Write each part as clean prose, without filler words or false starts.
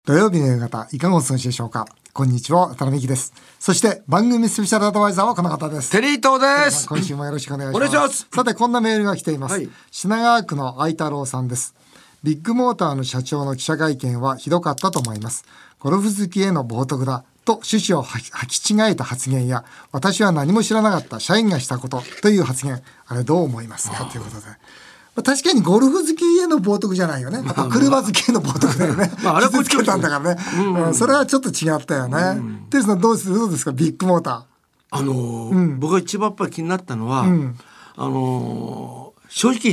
土曜日の夕方いかがお過ごしでしょうか。こんにちは、渡辺美希です。そして番組スペシャルアドバイザーはこの方です。 テリー東です。 今週もよろしくお願いします。 お願いします。 さて、こんなメールが来ています、 はい、 品川区の愛太郎さんです。ビッグモーターの社長の記者会見はひどかったと思います。ゴルフ好きへの冒涜だと趣旨を履き違えた発言や、私は何も知らなかった社員がしたことという発言、あれどう思いますかということで、確かにゴルフ好きへの冒涜じゃないよね。車好きへの冒涜だよね。 あれこっち傷つけたんだからね、それはちょっと違ったよね。テリーさんどうですか、ビッグモーター。 僕が一番やっぱり気になったのは、正直言って、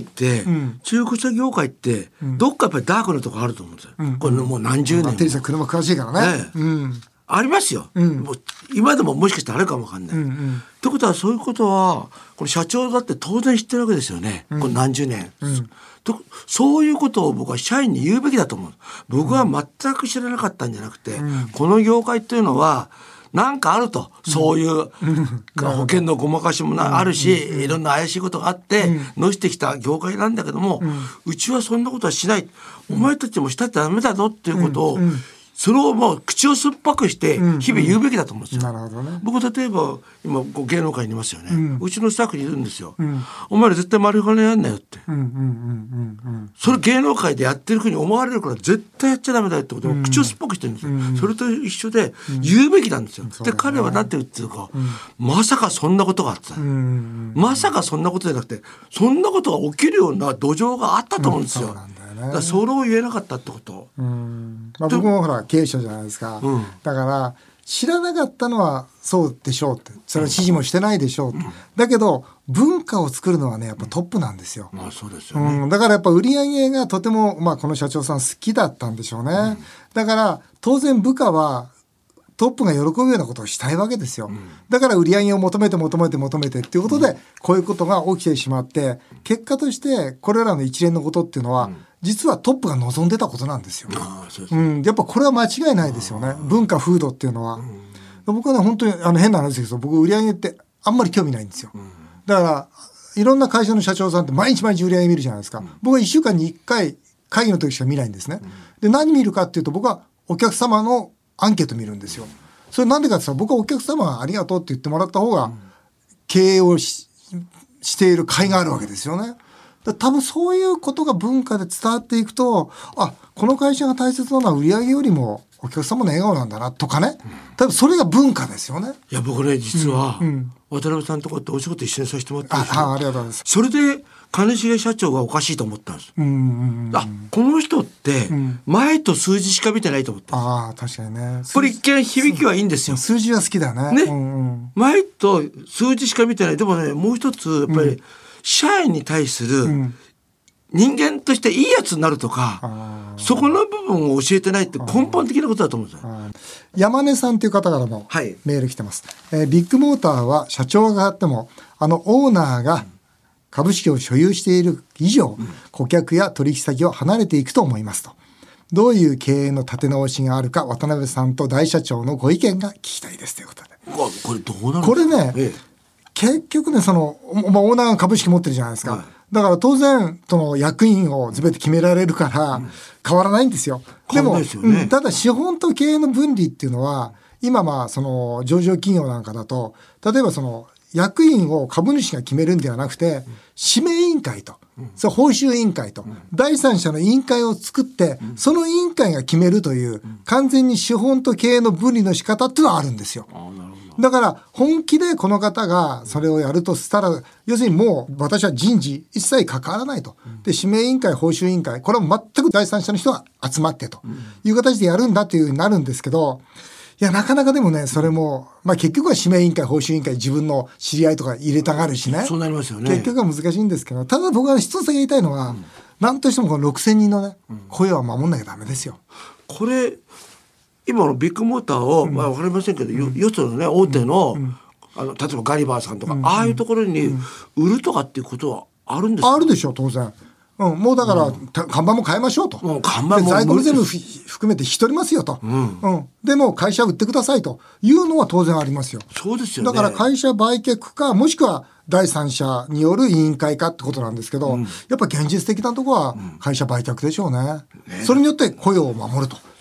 中古車業界ってどっかやっぱりダークなところあると思うんですよ、これもう何十年も。 テリーさん車詳しいからね、 ありますよ、もう今でももしかしたらあるかもわかんない、ってことはそういうことはこの社長だって当然知ってるわけですよね、この何十年、そういうことを僕は社員に言うべきだと思う。僕は全く知らなかったんじゃなくて、この業界っていうのはなんかあると、そういう保険のごまかしもあるし、いろんな怪しいことがあってのしてきた業界なんだけども、うちはそんなことはしない、お前たちもしたってダメだぞっていうことを、それをもう口を酸っぱくして日々言うべきだと思うんですよ。 なるほどね。 僕例えば今芸能界にいますよね、うちのスタッフにいるんですよ、お前ら絶対マリファナやんなよって、それ芸能界でやってるふうに思われるから絶対やっちゃダメだよってことを口を酸っぱくしてるんですよ、それと一緒で言うべきなんですよ、で彼は何て言ってるか、まさかそんなことがあった、まさかそんなことじゃなくてそんなことが起きるような土壌があったと思うんですよ、だからそれを言えなかったってこと、 僕もほら経営者じゃないですか、だから知らなかったのはそうでしょうって、それは指示もしてないでしょうって、だけど文化を作るのはねやっぱトップなんですよ、 そうですよね、 だからやっぱ売り上げがとても、この社長さん好きだったんでしょうね、だから当然部下はトップが喜ぶようなことをしたいわけですよ、だから売り上げを求めてっていうことで、こういうことが起きてしまって、結果としてこれらの一連のことっていうのは、実はトップが望んでたことなんですよ。やっぱこれは間違いないですよね、文化風土っていうのは。僕はね本当に変な話ですけど、僕売り上げってあんまり興味ないんですよ。だからいろんな会社の社長さんって毎日売り上げ見るじゃないですか。僕は1週間に1回会議の時しか見ないんですね。で何見るかっていうと、僕はお客様のアンケート見るんですよ。それなんでかって言ったら、僕はお客様がありがとうって言ってもらった方が経営をしている甲斐があるわけですよね。多分そういうことが文化で伝わっていくと、この会社が大切なのは売り上げよりもお客様の笑顔なんだなとかね、多分それが文化ですよね。 いや僕ね実は、渡辺さんとこってお仕事一緒にさせてもらったんですよ。 ありがとうございます。 それで金重社長がおかしいと思ったんです。この人って前と数字しか見てないと思ったんです。 確かにね。 これ一見響きはいいんですよ。 数字は好きだね。 前と数字しか見てない。でもね、もう一つやっぱり社員に対する人間としていいやつになるとか、そこの部分を教えてないって根本的なことだと思うんですよ。 山根さんという方からもメール来てます。ビッグモーターは社長が変わってもオーナーが株式を所有している以上、顧客や取引先を離れていくと思いますと。どういう経営の立て直しがあるか、渡辺さんと大社長のご意見が聞きたいですということで。 これどうなるんですか。 これね、結局ね、オーナーが株式持ってるじゃないですか。だから当然その役員を全て決められるから変わらないんですよ。でもただ資本と経営の分離っていうのは今その上場企業なんかだと、例えばその役員を株主が決めるんではなくて、指名委員会と、報酬委員会と、第三者の委員会を作って、その委員会が決めるという、完全に資本と経営の分離の仕方っていうのはあるんですよ。だから本気でこの方がそれをやるとしたら、要するにもう私は人事一切関わらないと。で、指名委員会、報酬委員会、これは全く第三者の人が集まってという形でやるんだというふうになるんですけど、いやなかなかでもね、それも、結局は指名委員会、報酬委員会、自分の知り合いとか入れたがるしね。 そうなりますよね。 結局は難しいんですけど、ただ僕は一つだけ言いたいのは、何としてもこの6000人のね、声は守んなきゃダメですよ。 これ、今のビッグモーターを、わかりませんけど、よそのね、大手の、例えばガリバーさんとか、ああいうところに売るとかっていうことはあるんですか。 あるでしょ、当然。もうだから、看板も変えましょうと。 看板も在庫も全部含めて引き取りますよと。でも会社売ってくださいというのは当然ありますよ。 そうですよね。 だから会社売却か、もしくは第三者による委員会かってことなんですけど、やっぱ現実的なところは会社売却でしょうね。それによって雇用を守ると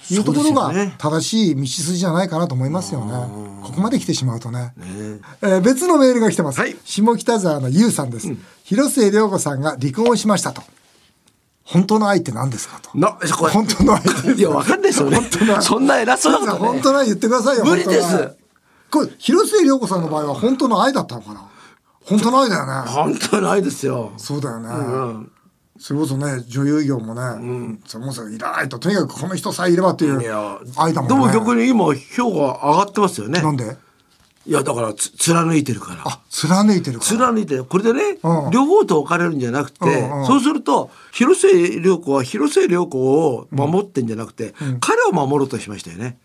いうところがそうですよね正しい道筋じゃないかなと思いますよね。ここまで来てしまうとね。別のメールが来てます。 はい、 下北沢のゆうさんです。広末涼子さんが離婚をしましたと。本当の愛って何ですかと。本当の愛いや、わかんないですよね。そんな偉そうなことね。 本当の愛言ってくださいよ。 無理です。 これ、広末涼子さんの場合は本当の愛だったのかな。本当の愛だよね。 本当の愛ですよ。 そうだよね。それこそね、女優業もね、それこそいらないと、とにかくこの人さえいればっていう愛だもんね。 でも逆に今票が上がってますよね。 なんで？ いや、だから貫いてるから。 貫いてるから。 貫いてる。これでね、両方と置かれるんじゃなくて、そうすると広末涼子は広末涼子を守ってんじゃなくて、彼を守ろうとしましたよね。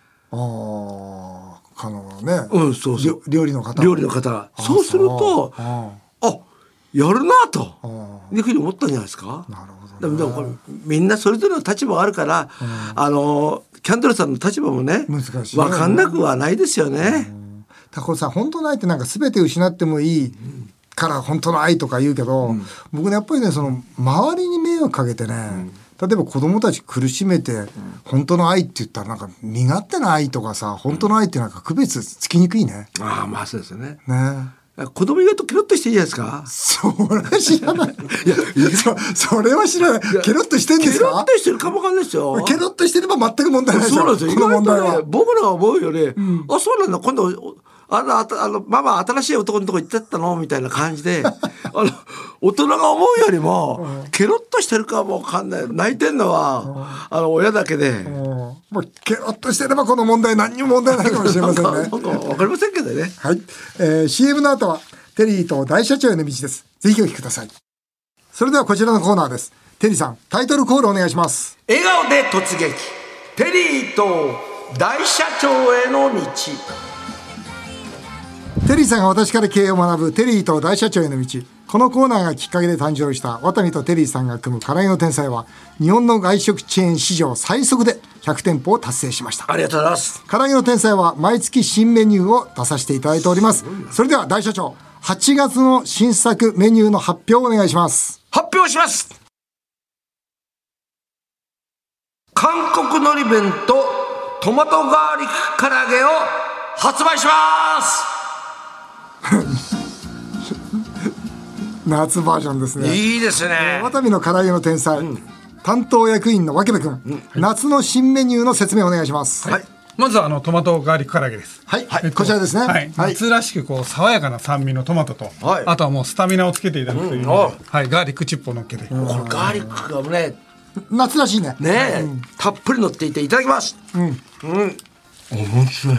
ね、 そうそう。 料理の方。 そうすると、やるなというふうに思ったんじゃないですか。 なるほど、ね。 でもこれみんなそれぞれの立場があるから、キャンドルさんの立場もね、 難しい分かんなくはないですよね。 これさ、本当の愛ってなんか全て失ってもいいから本当の愛とか言うけど、僕ねやっぱりね、その周りに迷惑かけてね、例えば子供たち苦しめて本当の愛って言ったらなんか身勝手な愛とかさ、本当の愛ってなんか区別つきにくいね。 まあそうですよね。 子供意外とケロッとしていいじゃないですか。 それは知らない。それは知らない。ケロッとしてんですか？ ケロッとしてるかもわかんないですよ。 ケロッとしてれば全く問題ないですよ。 そうなんですよ。 この問題は。 僕らが思うよね。そうなんだ。今度ママ新しい男のとこ行っちゃったのみたいな感じで大人が思うよりもケロッとしてるかもわかんない。泣いてんのは親だけで、 もうケロッとしてればこの問題何にも問題ないかもしれませんね。 なんかわかりませんけどね。 はい、CM の後はテリーと大社長への道です。ぜひお聞きください。それではこちらのコーナーです。テリーさん、タイトルコールお願いします。 笑顔で突撃、テリーと大社長への道。 テリーさんが私から経営を学ぶテリーと大社長への道。このコーナーがきっかけで誕生したワタミとテリーさんが組む唐揚げの天才は、日本の外食チェーン史上最速で100店舗を達成しました。 ありがとうございます。 唐揚げの天才は毎月新メニューを出させていただいております。それでは大社長、8月の新作メニューの発表をお願いします。 発表します。韓国のり弁とトマトガーリック唐揚げを発売します。 夏バージョンですね。 いいですね。 ワタミの唐揚げの天才、担当役員のわけべくん、夏の新メニューの説明をお願いします。 はい、まずはトマトガーリック唐揚げです。 はい、こちらですね。 夏らしく爽やかな酸味のトマトと、あとはもうスタミナをつけていただくというので、ガーリックチップを乗っけて、これガーリックがね、 夏らしいね。 たっぷり乗っていていただきます。面白い。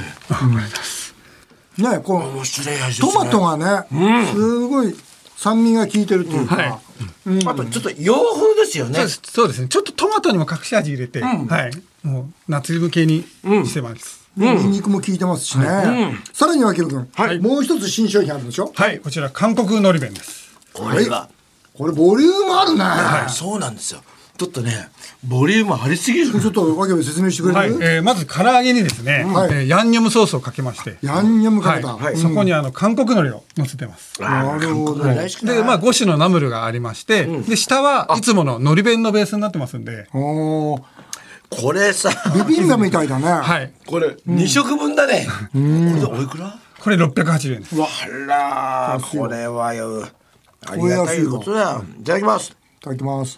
ね、このトマトがね、すごい酸味が効いてるというか、 あとちょっと洋風ですよね。 そうですね。ちょっとトマトにも隠し味入れて、もう夏向けにしてます。 ニンニクも効いてますしね。さらにわけるくん、もう一つ新商品あるんでしょ。 はい、こちら韓国のり弁です。 これボリュームあるね。 そうなんですよ。ちょっとね、ボリュームありすぎる。 ちょっとわけべ説明してくれる？ まず唐揚げにですね、ヤンニョムソースをかけまして、 ヤンニョムかけた、 そこに韓国海苔を乗せてます。 なるほど。で、 5種のナムルがありまして、で下はいつもの海苔弁のベースになってますんで。 これさ、 ビビンバみたいだね。 はい。 これ2食分だね。これでおいくら？ これ680円です。 わら、これはよ、ありがたいことだ。いただきます。 いただきます。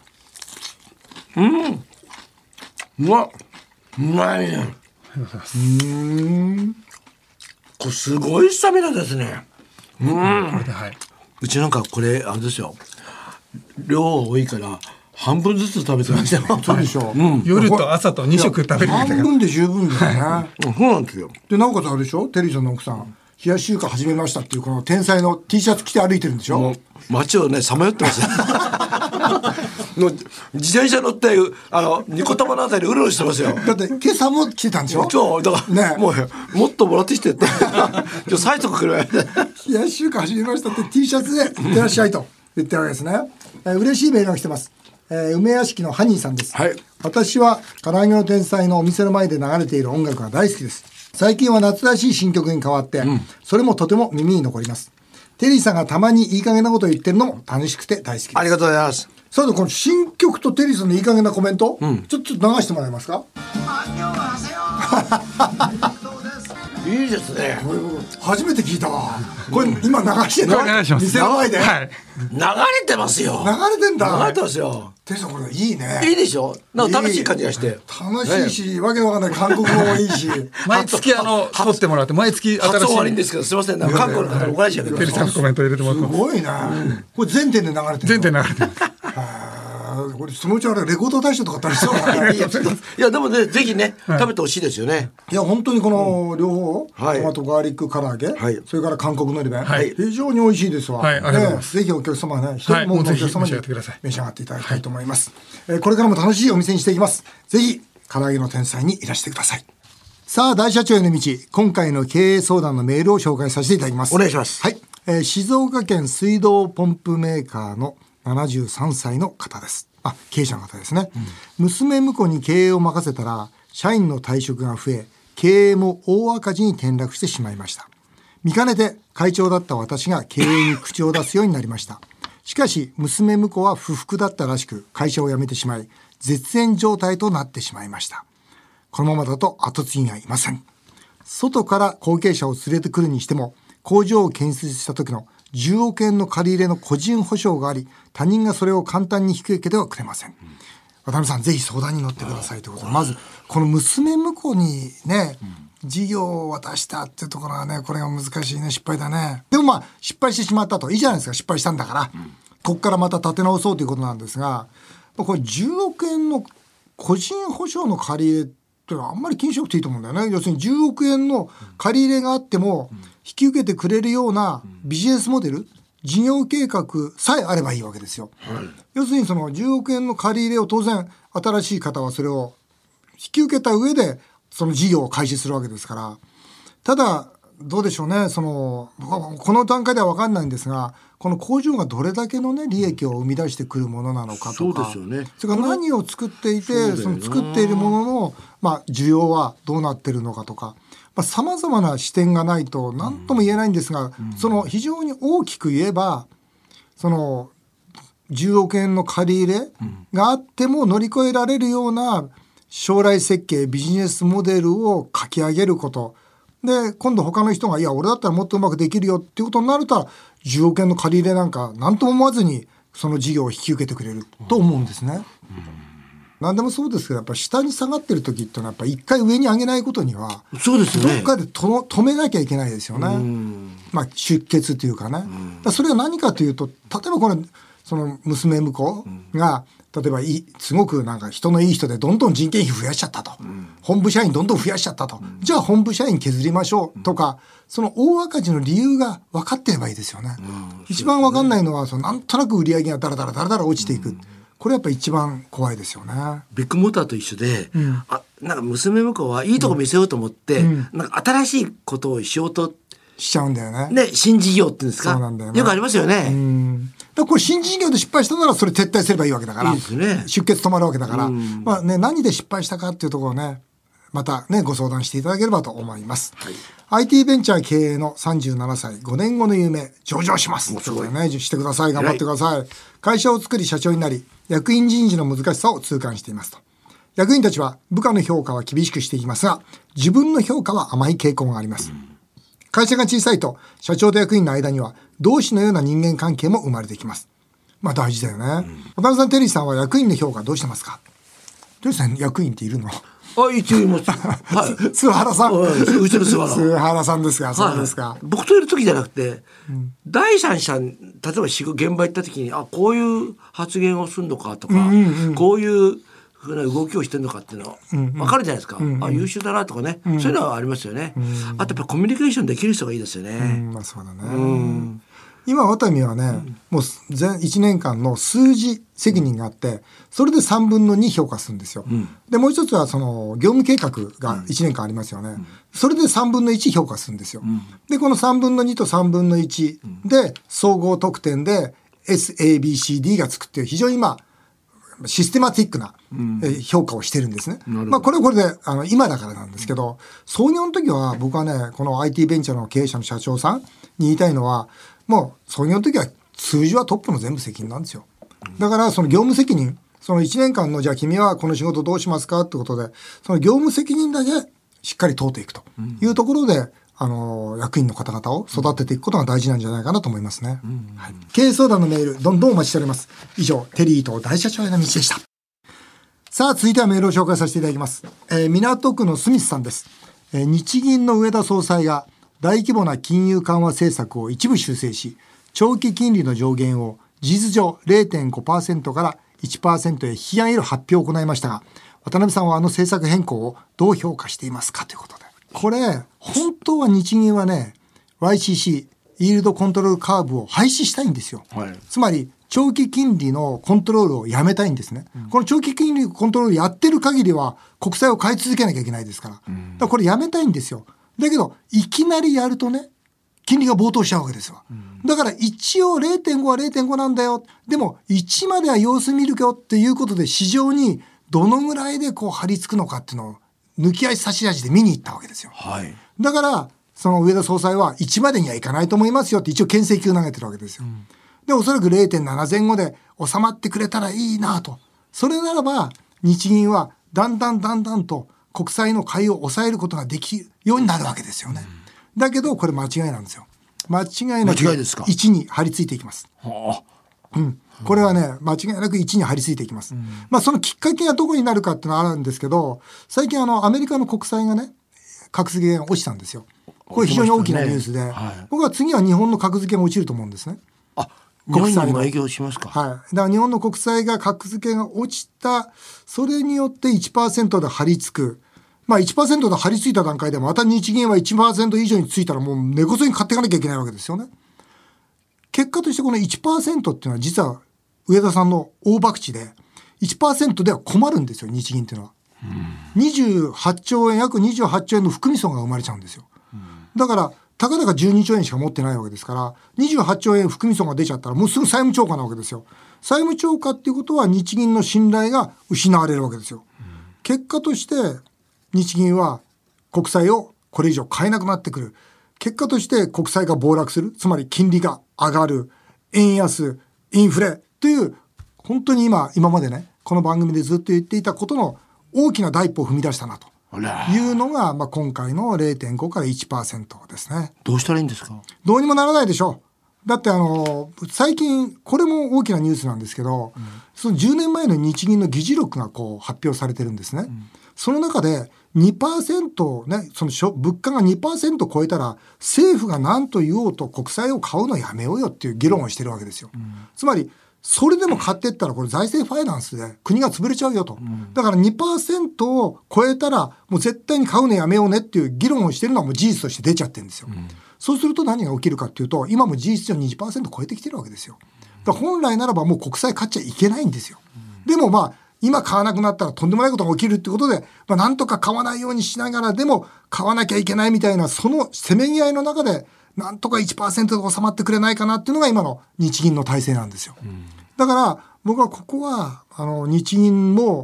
うわ、うまいね。これすごいスタミナですね。うちなんかこれあれですよ。量多いから半分ずつ食べてましたよ。 そうでしょ。 夜と朝と2食食べるみたいな。 半分で十分だよね。 そうなんですよ。 でなおかつあれでしょ。テリーさんの奥さん、冷やし中華始めましたっていうこの天才の T シャツ着て歩いてるんでしょ。 街をねさまよってますよ。自転車乗ってニコタマのあたりうろうろしてますよ。 だって今朝も来てたんでしょ。 だからもっともらってきてって。催促くれ。冷やし中華始めましたって T シャツでいってらっしゃいと言ってるわけですね。嬉しいメールが来てます。梅屋敷のハニーさんです。私は唐揚げの天才のお店の前で流れている音楽が大好きです。最近は夏らしい新曲に変わって、それもとても耳に残ります。 テリーさんがたまにいい加減なことを言ってるのも楽しくて大好きです。 ありがとうございます。 さてこの新曲とテリーさんのいい加減なコメント、ちょっと流してもらえますか。 いいですね。 初めて聞いたわ。これ今流してるの？店の前で、 流れてますよ。 流れてんだ。 流れてますよ。 テリーさんこれいいね。 いいでしょ。なんか楽しい感じがして。 楽しいし、わけのわかんない韓国語もいいし。 毎月撮ってもらって毎月新しい。 発音悪いんですけどすみません。韓国の方に怒られちゃうけど。 テリーさんのコメント入れてもらってます。 すごいな。これ全店で流れてる。 全店流れてる。 これそのうちあれレコード大賞とかあったりそうだね。 いやでもねぜひね食べてほしいですよね。 いや本当にこの両方、トマトガーリック唐揚げ、それから韓国のり弁、非常に美味しいですわ。 はい、ありがとうございます。 ぜひお客様ね、一人もお客様に召し上がっていただきたいと思います。これからも楽しいお店にしていきます。ぜひ唐揚げの天才にいらしてください。さあ大社長への道、今回の経営相談のメールを紹介させていただきます。 お願いします。 はい、静岡県水道ポンプメーカーの73歳の方です。経営者の方ですね、娘婿に経営を任せたら社員の退職が増え、経営も大赤字に転落してしまいました。見かねて会長だった私が経営に口を出すようになりました。しかし娘婿は不服だったらしく会社を辞めてしまい、絶縁状態となってしまいました。このままだと後継ぎがいません。外から後継者を連れてくるにしても、工場を建設した時の10億円の借り入れの個人保証があり、他人がそれを簡単に引き受けてはくれません。渡辺さんぜひ相談に乗ってくださいということで、まずこの娘婿にね、事業を渡したっていうところはね、これが難しいね。失敗だね。でも失敗してしまったといいじゃないですか。失敗したんだから、こっからまた立て直そうということなんですが、これ10億円の個人保証の借り入れっていうのはあんまり気にしなくていいと思うんだよね。要するに10億円の借り入れがあっても引き受けてくれるようなビジネスモデル、事業計画さえあればいいわけですよ。要するにその10億円の借り入れを当然新しい方はそれを引き受けた上でその事業を開始するわけですから。ただどうでしょうね、この段階では分かんないんですが、この工場がどれだけのね利益を生み出してくるものなのかとか、 そうですよね。 それから何を作っていて、その作っているものの需要はどうなってるのかとか、さまざまな視点がないと何とも言えないんですが、その非常に大きく言えば、その10億円の借り入れがあっても乗り越えられるような将来設計、ビジネスモデルを書き上げることで、今度他の人がいや俺だったらもっとうまくできるよっていうことになると、10億円の借り入れなんか何とも思わずにその事業を引き受けてくれると思うんですね。何でもそうですけど、やっぱ下に下がってる時ってのはやっぱ一回上に上げないことには、 そうですね、 どっかで止めなきゃいけないですよね。出血というかね。それは何かというと、例えばこれその娘婿が例えばすごくなんか人のいい人でどんどん人件費増やしちゃったと、本部社員どんどん増やしちゃったと、じゃあ本部社員削りましょうとか、その大赤字の理由が分かってればいいですよね。一番分かんないのはなんとなく売り上げがだらだら落ちていく、これやっぱ一番怖いですよね。 ビッグモーターと一緒で、なんか娘婿はいいとこ見せようと思って、なんか新しいことをしようとしちゃうんだよね。 新事業っていうんですか。 そうなんだよね。 よくありますよね。 だからこれ新事業で失敗したならそれ撤退すればいいわけだから、 いいですね、 出血止まるわけだから、何で失敗したかっていうところをね、またねご相談していただければと思います。IT ベンチャー経営の37歳、5年後の夢上場します。すごいね、してください。頑張ってください。会社を作り社長になり、役員人事の難しさを痛感していますと。役員たちは部下の評価は厳しくしていきますが、自分の評価は甘い傾向があります。会社が小さいと社長と役員の間には同志のような人間関係も生まれてきます。大事だよね。渡辺さん、テリーさんは役員の評価どうしてますか？テリーさん役員っているの？ 一応います。 菅原さん。 うちの菅原さんですか。そうですか。 僕といる時じゃなくて、第三者、例えば現場行った時にこういう発言をするのかとか、こういうふうな動きをしてるのかっていうのは分かるじゃないですか。優秀だなとかね、そういうのはありますよね。あとやっぱコミュニケーションできる人がいいですよね。 そうだね。今ワタミはね、もう1年間の数字責任があって、それで3分の2評価するんですよ。でもう一つはその業務計画が1年間ありますよね。それで3分の1評価するんですよ。でこの3分の2と3分の1で総合得点で SABCD がつくっていう非常にシステマティックな評価をしてるんですね。これはこれで今だからなんですけど、創業の時は僕はね、この IT ベンチャーの経営者の社長さんに言いたいのは、 もう創業の時は数字はトップの全部責任なんですよ。だからその業務責任、その1年間のじゃあ君はこの仕事どうしますかってことで、その業務責任だけしっかり問うていくというところで、役員の方々を育てていくことが大事なんじゃないかなと思いますね。はい、経営相談のメールどんどんお待ちしております。以上、テリーと大社長への道でした。さあ続いてはメールを紹介させていただきます。港区のスミスさんです。日銀の上田総裁が大規模な金融緩和政策を一部修正し、長期金利の上限を事実上 0.5% から 1% へ引き上げる発表を行いましたが、渡辺さんは政策変更をどう評価していますかということで、これ本当は日銀はね YCC イールドコントロールカーブを廃止したいんですよ、はい、つまり長期金利のコントロールをやめたいんですね、この長期金利コントロールやってる限りは国債を買い続けなきゃいけないですから、だからこれやめたいんですよ。だけどいきなりやるとね金利が暴騰しちゃうわけですよ。だから一応 0.5 は 0.5 なんだよ、でも1までは様子見るよっていうことで市場にどのぐらいでこう張り付くのかっていうのを抜き足差し味で見に行ったわけですよ、はい、だからその上田総裁は1までにはいかないと思いますよって一応牽制球投げてるわけですよ、でおそらく 0.7 前後で収まってくれたらいいなと。それならば日銀はだんだんと国債の買いを抑えることができるようになるわけですよね、だけどこれ間違いなんですよ。間違いなく1に張り付いていきます、これはね間違いなく1に張り付いていきます、そのきっかけがどこになるかっていうのはあるんですけど、最近アメリカの国債がね格付けが落ちたんですよ。これ非常に大きなニュースで、僕は次は日本の格付けが落ちると思うんですね。 国債の影響しますか。 はい。だから日本の国債が格付けが落ちた、それによって 1% で張り付く。1% で張り付いた段階でまた日銀は 1% 以上についたらもう根こそぎ買っていかなきゃいけないわけですよね。結果としてこの 1% っていうのは実は上田さんの大博打で 1% では困るんですよ、日銀っていうのは。28兆円、約28兆円の含み損が生まれちゃうんですよ。だからたかだか12兆円しか持ってないわけですから、28兆円含み損が出ちゃったらもうすぐ債務超過なわけですよ。債務超過っていうことは日銀の信頼が失われるわけですよ。結果として日銀は国債をこれ以上買えなくなってくる。結果として国債が暴落する。つまり金利が上がる。円安、インフレという本当に今までねこの番組でずっと言っていたことの大きな第一歩を踏み出したなというのが、今回の 0.5 から 1% ですね。 どうしたらいいんですか。 どうにもならないでしょう。だって最近これも大きなニュースなんですけど、その10年前の日銀の議事録がこう発表されてるんですね、その中で 2% ね、その物価が 2% 超えたら政府が何と言おうと国債を買うのやめようよっていう議論をしてるわけですよ、つまりそれでも買っていったらこれ財政ファイナンスで国が潰れちゃうよと、だから 2% を超えたらもう絶対に買うのやめようねっていう議論をしてるのはもう事実として出ちゃってるんですよ、そうすると何が起きるかっていうと、今も事実上 2% 超えてきてるわけですよ。だから本来ならばもう国債買っちゃいけないんですよ。でも今買わなくなったらとんでもないことが起きるってことで、なんとか買わないようにしながらでも買わなきゃいけないみたいな、そのせめぎ合いの中でなんとか 1% で収まってくれないかなっていうのが今の日銀の体制なんですよ、だから僕はここは日銀も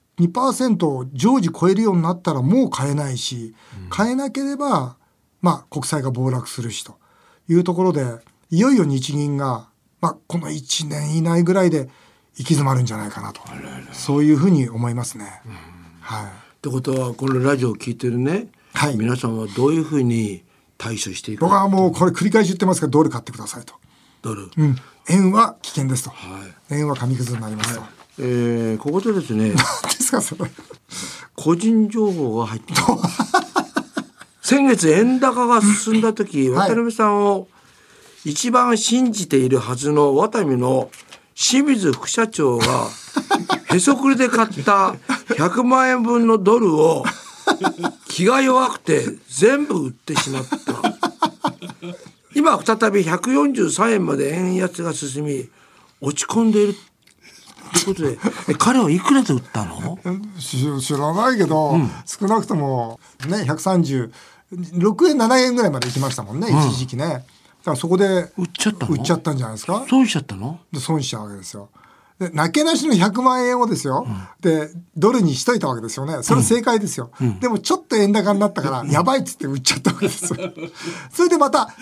2% を常時超えるようになったらもう買えないし、買えなければ国債が暴落するしというところで、いよいよ日銀がこの1年以内ぐらいで行き詰まるんじゃないかなと、そういうふうに思いますね、 ってことはこのラジオを聞いてるね、皆さんはどういうふうに対処していくか。 僕はもうこれ繰り返し言ってますから、ドル買ってくださいと。 ドル、 円は危険ですと、円は紙くずになりますと、 ここでですね何ですかそれ個人情報が入ってきた先月円高が進んだ時、渡辺さんを一番信じているはずのワタミの清水副社長がへそくりで買った100万円分のドルを気が弱くて全部売ってしまった今再び143円まで円安が進み落ち込んでいるということで彼はいくらで売ったの？ 知らないけど、少なくともね136円7円ぐらいまで行きましたもんね、一時期ね。だからそこで売っちゃったんじゃないですか。 損しちゃったの？ で損しちゃうわけですよ。でなけなしの100万円をですよ、でドルにしといたわけですよね。それ正解ですよ、でもちょっと円高になったからやばいっつって売っちゃったわけですよそれでまた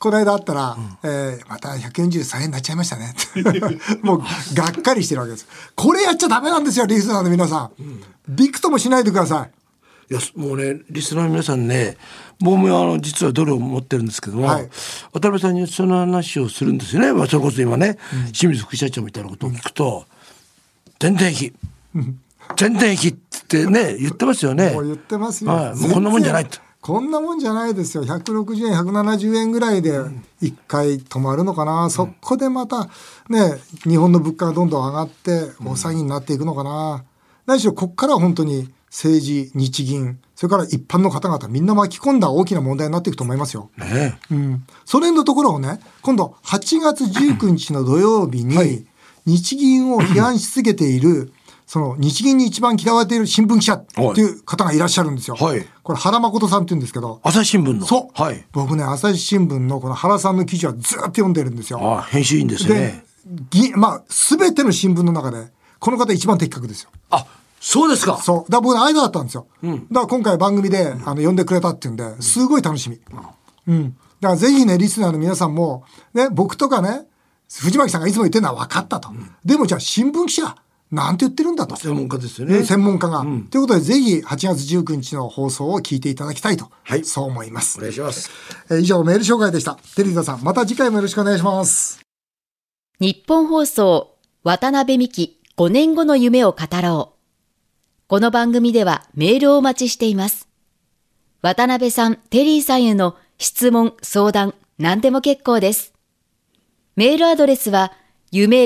この間会ったら、また143円になっちゃいましたねもうがっかりしてるわけです。これやっちゃダメなんですよ、リスナーの皆さん、びくともしないでください。 いやもうね、リスナーの皆さんね、僕も実はドルを持ってるんですけども、渡辺さんにその話をするんですよね。それこそ今ね、清水副社長みたいなことを聞くと、全然平気全然平気ってね言ってますよね。 もう言ってますよ、 もうこんなもんじゃないと。 こんなもんじゃないですよ。160円170円ぐらいで1回止まるのかな、そこでまたね日本の物価がどんどん上がって大騒ぎになっていくのかな。何しろこっからは本当に政治、日銀、それから一般の方々みんな巻き込んだ大きな問題になっていくと思いますよ。それのところをね、今度8月19日の土曜日に日銀を批判し続けているその日銀に一番嫌われている新聞記者っていう方がいらっしゃるんですよ。これ原誠さんって言うんですけど、 朝日新聞の。 そう、僕ね朝日新聞のこの原さんの記事はずっと読んでるんですよ。 編集員ですね。 で、全ての新聞の中でこの方一番的確ですよ。 そうですか。 そう。だから僕の間だったんですよ。だから今回番組で呼んでくれたっていうんで、すごい楽しみ。だからぜひね、リスナーの皆さんも、ね、僕とかね、藤巻さんがいつも言ってるのは分かったと。でもじゃあ新聞記者、なんて言ってるんだと。 専門家ですよね。 専門家が。ということで、ぜひ8月19日の放送を聞いていただきたいと、そう思います。 お願いします。 以上、メール紹介でした。テリーザさん、また次回もよろしくお願いします。 日本放送、渡辺美希5年後の夢を語ろう。この番組ではメールをお待ちしています。渡辺さん、テリーさんへの質問、相談、何でも結構です。メールアドレスは、夢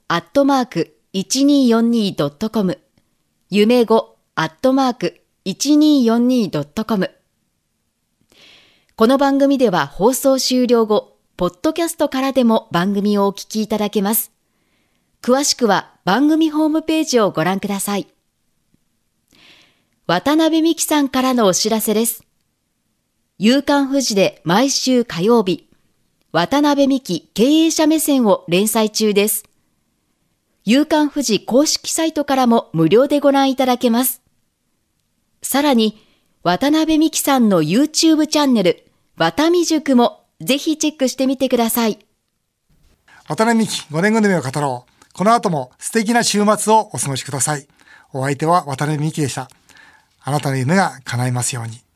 5@1242.com、夢5@1242.com。この番組では放送終了後、ポッドキャストからでも番組をお聞きいただけます。詳しくは番組ホームページをご覧ください。渡辺美希さんからのお知らせです。夕刊フジで毎週火曜日、渡辺美希経営者目線を連載中です。夕刊フジ公式サイトからも無料でご覧いただけます。さらに、渡辺美希さんの YouTube チャンネル、渡美塾もぜひチェックしてみてください。 渡辺美希5年後の夢を語ろう。この後も素敵な週末をお過ごしください。お相手は渡辺美希でした。あなたの夢が叶いますように。